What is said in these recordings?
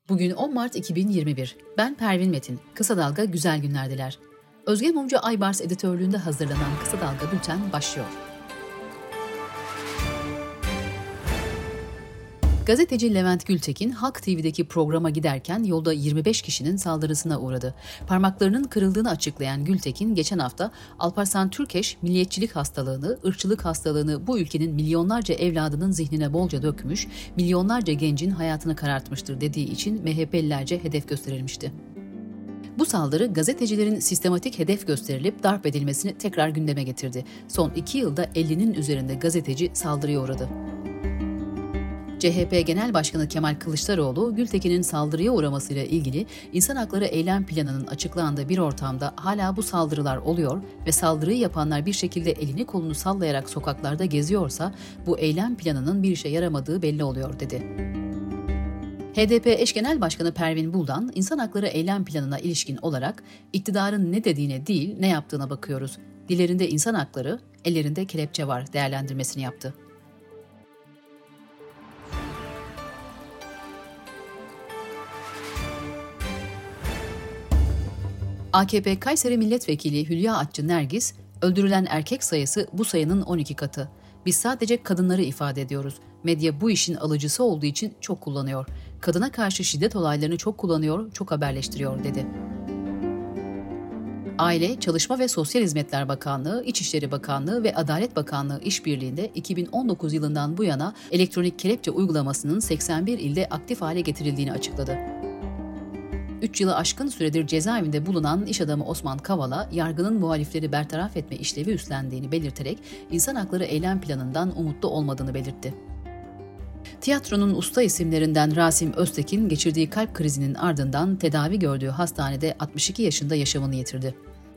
Bugün 10 Mart 2021. Ben Pervin Metin. Kısa Dalga güzel günlerdiler. Özge Mumcu Aybars editörlüğünde hazırlanan Kısa Dalga Bülten başlıyor. Gazeteci Levent Gültekin, Halk TV'deki programa giderken yolda 25 kişinin saldırısına uğradı. Parmaklarının kırıldığını açıklayan Gültekin, geçen hafta Alparslan Türkeş, milliyetçilik hastalığını, ırkçılık hastalığını bu ülkenin milyonlarca evladının zihnine bolca dökmüş, milyonlarca gencin hayatını karartmıştır dediği için MHP'lilerce hedef gösterilmişti. Bu saldırı gazetecilerin sistematik hedef gösterilip darp edilmesini tekrar gündeme getirdi. Son 2 yılda 50'nin üzerinde gazeteci saldırıya uğradı. CHP Genel Başkanı Kemal Kılıçdaroğlu, Gültekin'in saldırıya uğramasıyla ilgili İnsan Hakları Eylem Planı'nın açıklandığı bir ortamda hala bu saldırılar oluyor ve saldırıyı yapanlar bir şekilde elini kolunu sallayarak sokaklarda geziyorsa bu eylem planının bir işe yaramadığı belli oluyor dedi. HDP eş genel başkanı Pervin Buldan, İnsan Hakları Eylem Planı'na ilişkin olarak iktidarın ne dediğine değil ne yaptığına bakıyoruz. Dillerinde insan hakları, ellerinde kelepçe var değerlendirmesini yaptı. AKP Kayseri Milletvekili Hülya Atçı Nergis, öldürülen erkek sayısı bu sayının 12 katı. Biz sadece kadınları ifade ediyoruz. Medya bu işin alıcısı olduğu için çok kullanıyor. Kadına karşı şiddet olaylarını çok kullanıyor, çok haberleştiriyor dedi. Aile, Çalışma ve Sosyal Hizmetler Bakanlığı, İçişleri Bakanlığı ve Adalet Bakanlığı işbirliğinde 2019 yılından bu yana elektronik kelepçe uygulamasının 81 ilde aktif hale getirildiğini açıkladı. 3 yılı aşkın süredir cezaevinde bulunan iş adamı Osman Kavala, yargının muhalifleri bertaraf etme işlevi üstlendiğini belirterek İnsan Hakları Eylem Planı'ndan umutlu olmadığını belirtti. Tiyatronun usta isimlerinden Rasim Öztekin, geçirdiği kalp krizinin ardından tedavi gördüğü hastanede 62 yaşında yaşamını yitirdi.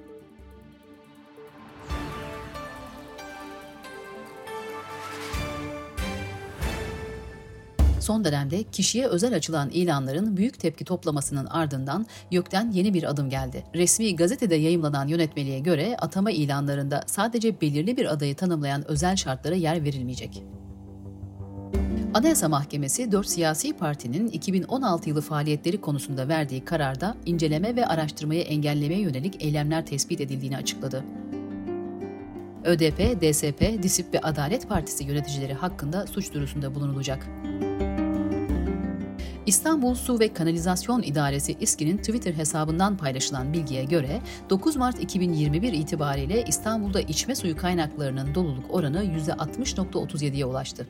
Son dönemde kişiye özel açılan ilanların büyük tepki toplamasının ardından YÖK'ten yeni bir adım geldi. Resmi gazetede yayımlanan yönetmeliğe göre atama ilanlarında sadece belirli bir adayı tanımlayan özel şartlara yer verilmeyecek. Anayasa Mahkemesi 4 siyasi partinin 2016 yılı faaliyetleri konusunda verdiği kararda inceleme ve araştırmayı engellemeye yönelik eylemler tespit edildiğini açıkladı. ÖDP, DSP, DİSİP ve Adalet Partisi yöneticileri hakkında suç duyurusunda bulunulacak. İstanbul Su ve Kanalizasyon İdaresi İSKİ'nin Twitter hesabından paylaşılan bilgiye göre 9 Mart 2021 itibariyle İstanbul'da içme suyu kaynaklarının doluluk oranı %60.37'ye ulaştı.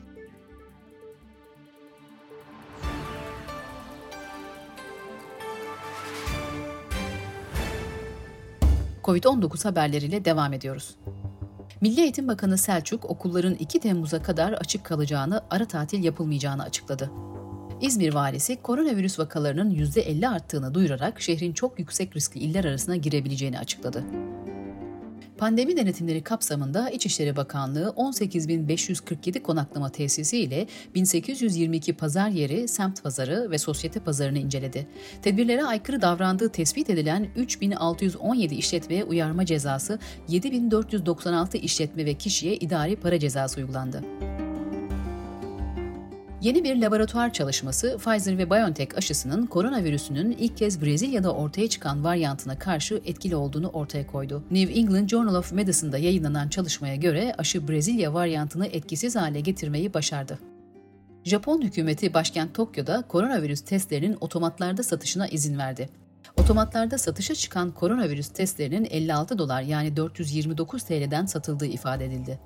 Covid-19 haberleriyle devam ediyoruz. Milli Eğitim Bakanı Selçuk, okulların 2 Temmuz'a kadar açık kalacağını, ara tatil yapılmayacağını açıkladı. İzmir valisi, koronavirüs vakalarının %50 arttığını duyurarak şehrin çok yüksek riskli iller arasına girebileceğini açıkladı. Pandemi denetimleri kapsamında İçişleri Bakanlığı 18.547 konaklama tesisi ile 1822 pazar yeri, semt pazarı ve sosyete pazarını inceledi. Tedbirlere aykırı davrandığı tespit edilen 3.617 işletmeye uyarma cezası, 7.496 işletme ve kişiye idari para cezası uygulandı. Yeni bir laboratuvar çalışması, Pfizer ve BioNTech aşısının koronavirüsünün ilk kez Brezilya'da ortaya çıkan varyantına karşı etkili olduğunu ortaya koydu. New England Journal of Medicine'da yayınlanan çalışmaya göre aşı Brezilya varyantını etkisiz hale getirmeyi başardı. Japon hükümeti başkent Tokyo'da koronavirüs testlerinin otomatlarda satışına izin verdi. Otomatlarda satışa çıkan koronavirüs testlerinin $56 yani 429 TL'den satıldığı ifade edildi.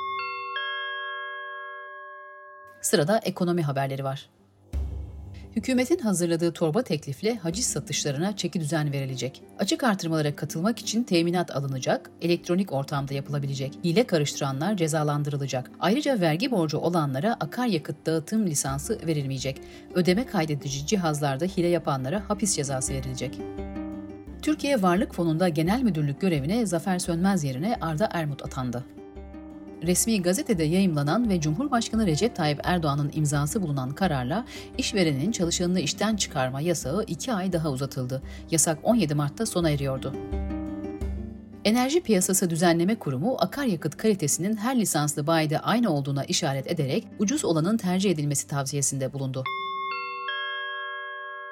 Sırada ekonomi haberleri var. Hükümetin hazırladığı torba teklifle haciz satışlarına çekidüzen verilecek. Açık artırmalara katılmak için teminat alınacak, elektronik ortamda yapılabilecek. Hile karıştıranlar cezalandırılacak. Ayrıca vergi borcu olanlara akaryakıt dağıtım lisansı verilmeyecek. Ödeme kaydedici cihazlarda hile yapanlara hapis cezası verilecek. Türkiye Varlık Fonu'nda genel müdürlük görevine Zafer Sönmez yerine Arda Ermut atandı. Resmi gazetede yayımlanan ve Cumhurbaşkanı Recep Tayyip Erdoğan'ın imzası bulunan kararla işverenin çalışanını işten çıkarma yasağı 2 ay daha uzatıldı. Yasak 17 Mart'ta sona eriyordu. Enerji Piyasası Düzenleme Kurumu, akaryakıt kalitesinin her lisanslı bayide aynı olduğuna işaret ederek ucuz olanın tercih edilmesi tavsiyesinde bulundu.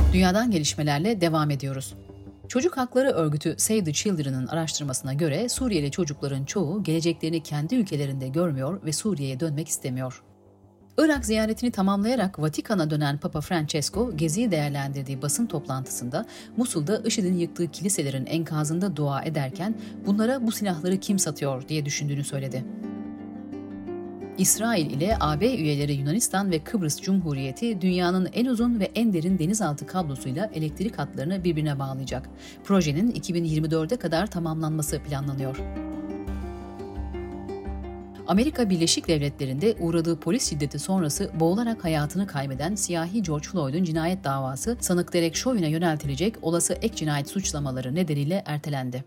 Dünyadan gelişmelerle devam ediyoruz. Çocuk Hakları Örgütü Save the Children'ın araştırmasına göre Suriyeli çocukların çoğu geleceklerini kendi ülkelerinde görmüyor ve Suriye'ye dönmek istemiyor. Irak ziyaretini tamamlayarak Vatikan'a dönen Papa Francesco, geziyi değerlendirdiği basın toplantısında Musul'da IŞİD'in yıktığı kiliselerin enkazında dua ederken bunlara bu silahları kim satıyor diye düşündüğünü söyledi. İsrail ile AB üyeleri Yunanistan ve Kıbrıs Cumhuriyeti dünyanın en uzun ve en derin denizaltı kablosuyla elektrik hatlarını birbirine bağlayacak. Projenin 2024'e kadar tamamlanması planlanıyor. Amerika Birleşik Devletleri'nde uğradığı polis şiddeti sonrası boğularak hayatını kaybeden siyahi George Floyd'un cinayet davası sanık Derek Chauvin'e yöneltilecek olası ek cinayet suçlamaları nedeniyle ertelendi.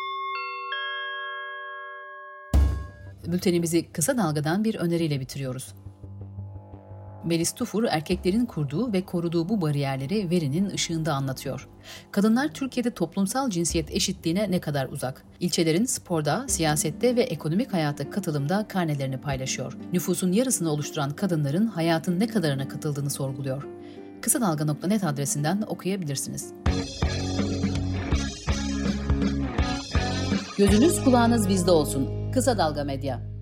Bültenimizi kısa dalgadan bir öneriyle bitiriyoruz. Melis Tufur, erkeklerin kurduğu ve koruduğu bu bariyerleri verinin ışığında anlatıyor. Kadınlar Türkiye'de toplumsal cinsiyet eşitliğine ne kadar uzak? İlçelerin sporda, siyasette ve ekonomik hayata katılımda karnelerini paylaşıyor. Nüfusun yarısını oluşturan kadınların hayatın ne kadarına katıldığını sorguluyor. Kısadalga.net adresinden okuyabilirsiniz. Gözünüz kulağınız bizde olsun. Kısa Dalga Medya.